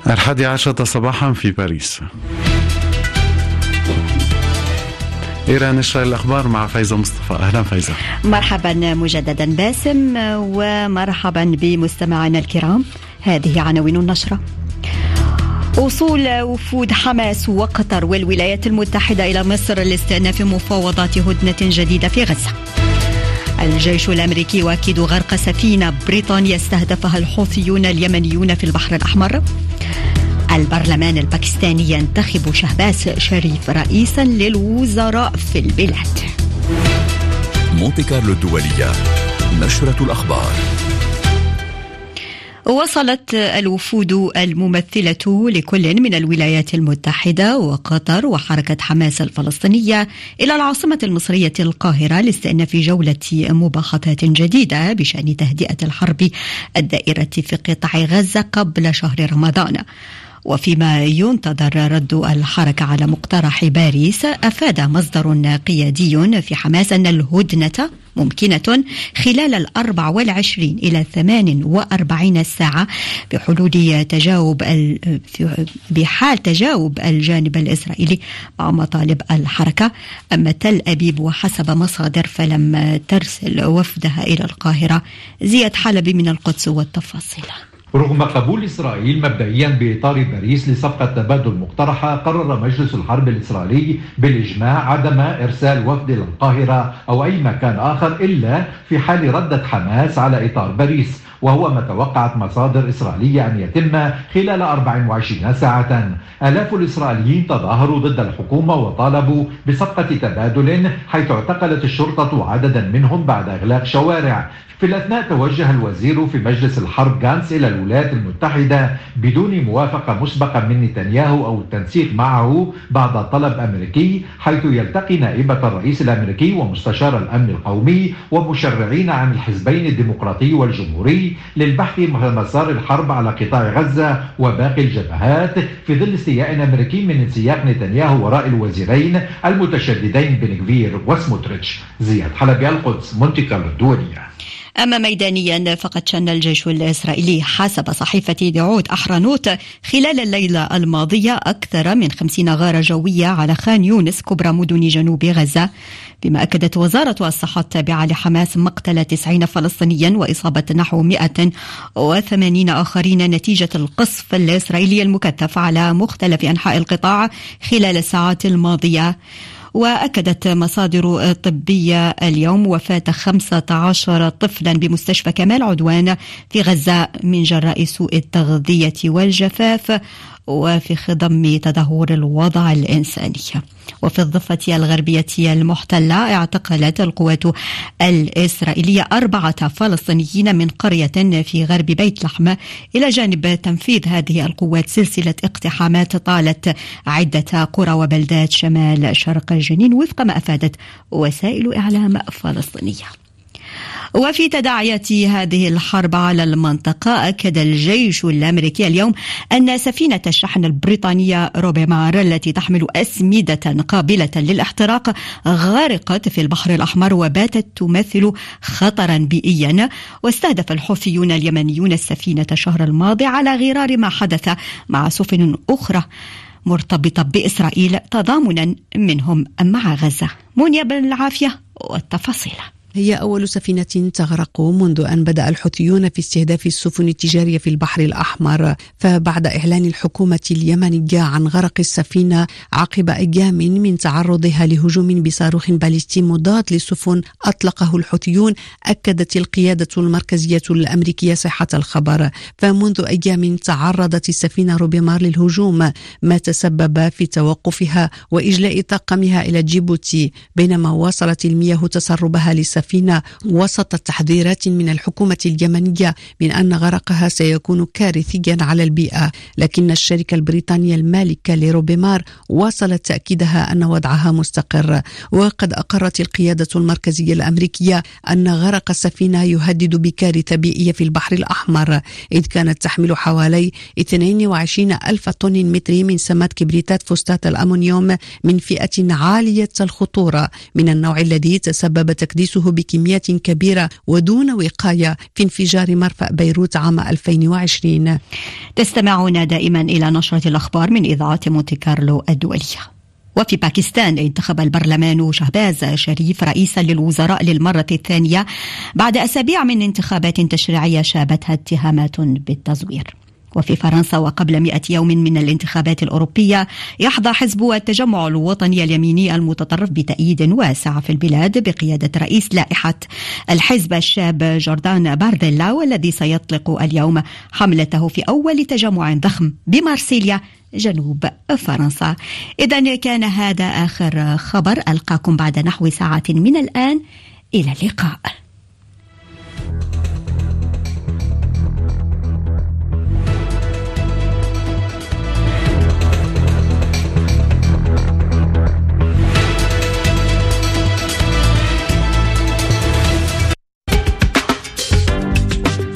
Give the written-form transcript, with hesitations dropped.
11 صباحا في باريس. إيران نشرة الأخبار مع فايزة مصطفى. أهلا فايزة. مرحبا مجددا باسم، ومرحبا بمستمعينا الكرام. هذه عناوين النشرة. وصول وفود حماس وقطر والولايات المتحدة إلى مصر لاستئناف مفاوضات هدنة جديدة في غزة. الجيش الأمريكي يؤكد غرق سفينة بريطانيا استهدفها الحوثيون اليمنيون في البحر الأحمر. البرلمان الباكستاني ينتخب شهباز شريف رئيسا للوزراء في البلاد. مونتي كارلو الدولية، نشرة الأخبار. وصلت الوفود الممثلة لكل من الولايات المتحدة وقطر وحركة حماس الفلسطينية إلى العاصمة المصرية القاهرة لاستئناف جولة مباحثات جديدة بشأن تهدئة الحرب الدائرة في قطاع غزة قبل شهر رمضان. وفيما ينتظر رد الحركة على مقترح باريس، أفاد مصدر قيادي في حماس أن الهدنة ممكنة خلال 24 إلى 48 ساعة بحال تجاوب الجانب الإسرائيلي مع مطالب الحركة. أما تل أبيب وحسب مصادر فلم ترسل وفدها إلى القاهرة. زياد حلبي من القدس والتفاصيل. رغم قبول إسرائيل مبدئيا بإطار باريس لصفقة تبادل مقترحة، قرر مجلس الحرب الإسرائيلي بالإجماع عدم إرسال وفد إلى القاهرة أو أي مكان آخر إلا في حال ردت حماس على إطار باريس، وهو ما توقعت مصادر إسرائيلية أن يتم خلال 24 ساعة. آلاف الإسرائيليين تظاهروا ضد الحكومة وطالبوا بصفقة تبادل، حيث اعتقلت الشرطة عددا منهم بعد إغلاق شوارع. في الأثناء توجه الوزير في مجلس الحرب غانتس إلى الولايات المتحدة بدون موافقة مسبقة من نتنياهو أو التنسيق معه بعد طلب أمريكي، حيث يلتقي نائبة الرئيس الأمريكي ومستشار الأمن القومي ومشرعين عن الحزبين الديمقراطي والجمهوري للبحث عن مسار الحرب على قطاع غزة وباقي الجبهات، في ظل استياء أمريكي من انسياق نتنياهو وراء الوزيرين المتشددين بن غفير وسموتريتش. زياد حلبي، القدس، مونتي كارلو الدولية. أما ميدانيا فقد شن الجيش الإسرائيلي حسب صحيفة دعوت أحرنوت خلال الليلة الماضية أكثر من 50 غارة جوية على خان يونس كبرى مدن جنوب غزة، بما أكدت وزارة الصحة التابعة لحماس مقتل 90 فلسطينيا وإصابة نحو 180 آخرين نتيجة القصف الإسرائيلي المكثف على مختلف أنحاء القطاع خلال الساعات الماضية. وأكدت مصادر طبية اليوم وفاة 15 طفلا بمستشفى كمال عدوان في غزة من جراء سوء التغذية والجفاف وفي خضم تدهور الوضع الإنساني. وفي الضفة الغربية المحتلة اعتقلت القوات الإسرائيلية 4 فلسطينيين من قرية في غرب بيت لحم، إلى جانب تنفيذ هذه القوات سلسلة اقتحامات طالت عدة قرى وبلدات شمال شرق جنين وفق ما أفادت وسائل إعلام فلسطينية. وفي تداعيات هذه الحرب على المنطقة، أكد الجيش الأمريكي اليوم أن سفينة الشحن البريطانية روبيمار التي تحمل أسمدة قابلة للاحتراق غرقت في البحر الأحمر وباتت تمثل خطرا بيئيا. واستهدف الحوثيون اليمنيون السفينة الشهر الماضي على غرار ما حدث مع سفن أخرى مرتبطة بإسرائيل تضامنا منهم مع غزة. منيا بالعافية والتفاصيل. هي أول سفينة تغرق منذ أن بدأ الحوثيون في استهداف السفن التجارية في البحر الأحمر، فبعد إعلان الحكومة اليمنية عن غرق السفينة عقب أيام من تعرضها لهجوم بصاروخ باليستي مضاد للسفن أطلقه الحوثيون، أكدت القيادة المركزية الأمريكية صحة الخبر. فمنذ أيام تعرضت السفينة روبيمار للهجوم، ما تسبب في توقفها وإجلاء طاقمها إلى جيبوتي، بينما واصلت المياه تسربها للسفينة وسط تحذيرات من الحكومة اليمنية من أن غرقها سيكون كارثيا على البيئة. لكن الشركة البريطانية المالكة لروبيمار واصلت تأكيدها أن وضعها مستقر. وقد أقرت القيادة المركزية الأمريكية أن غرق السفينة يهدد بكارثة بيئية في البحر الأحمر، إذ كانت تحمل حوالي 22 ألف طن متري من سمات كبريتات فوسفات الأمونيوم من فئة عالية الخطورة من النوع الذي تسبب تكديسه بكميات كبيرة ودون وقاية في انفجار مرفأ بيروت عام 2020. تستمعون دائما إلى نشرة الأخبار من إذاعة مونتي كارلو الدولية. وفي باكستان انتخب البرلمان شهباز شريف رئيسا للوزراء للمرة الثانية بعد أسابيع من انتخابات تشريعية شابتها اتهامات بالتزوير. وفي فرنسا وقبل 100 يوم من الانتخابات الأوروبية يحظى حزب التجمع الوطني اليميني المتطرف بتأييد واسع في البلاد بقيادة رئيس لائحة الحزب الشاب جوردان بارديلا، والذي سيطلق اليوم حملته في أول تجمع ضخم بمارسيليا جنوب فرنسا. إذن كان هذا آخر خبر، ألقاكم بعد نحو ساعة من الآن، إلى اللقاء.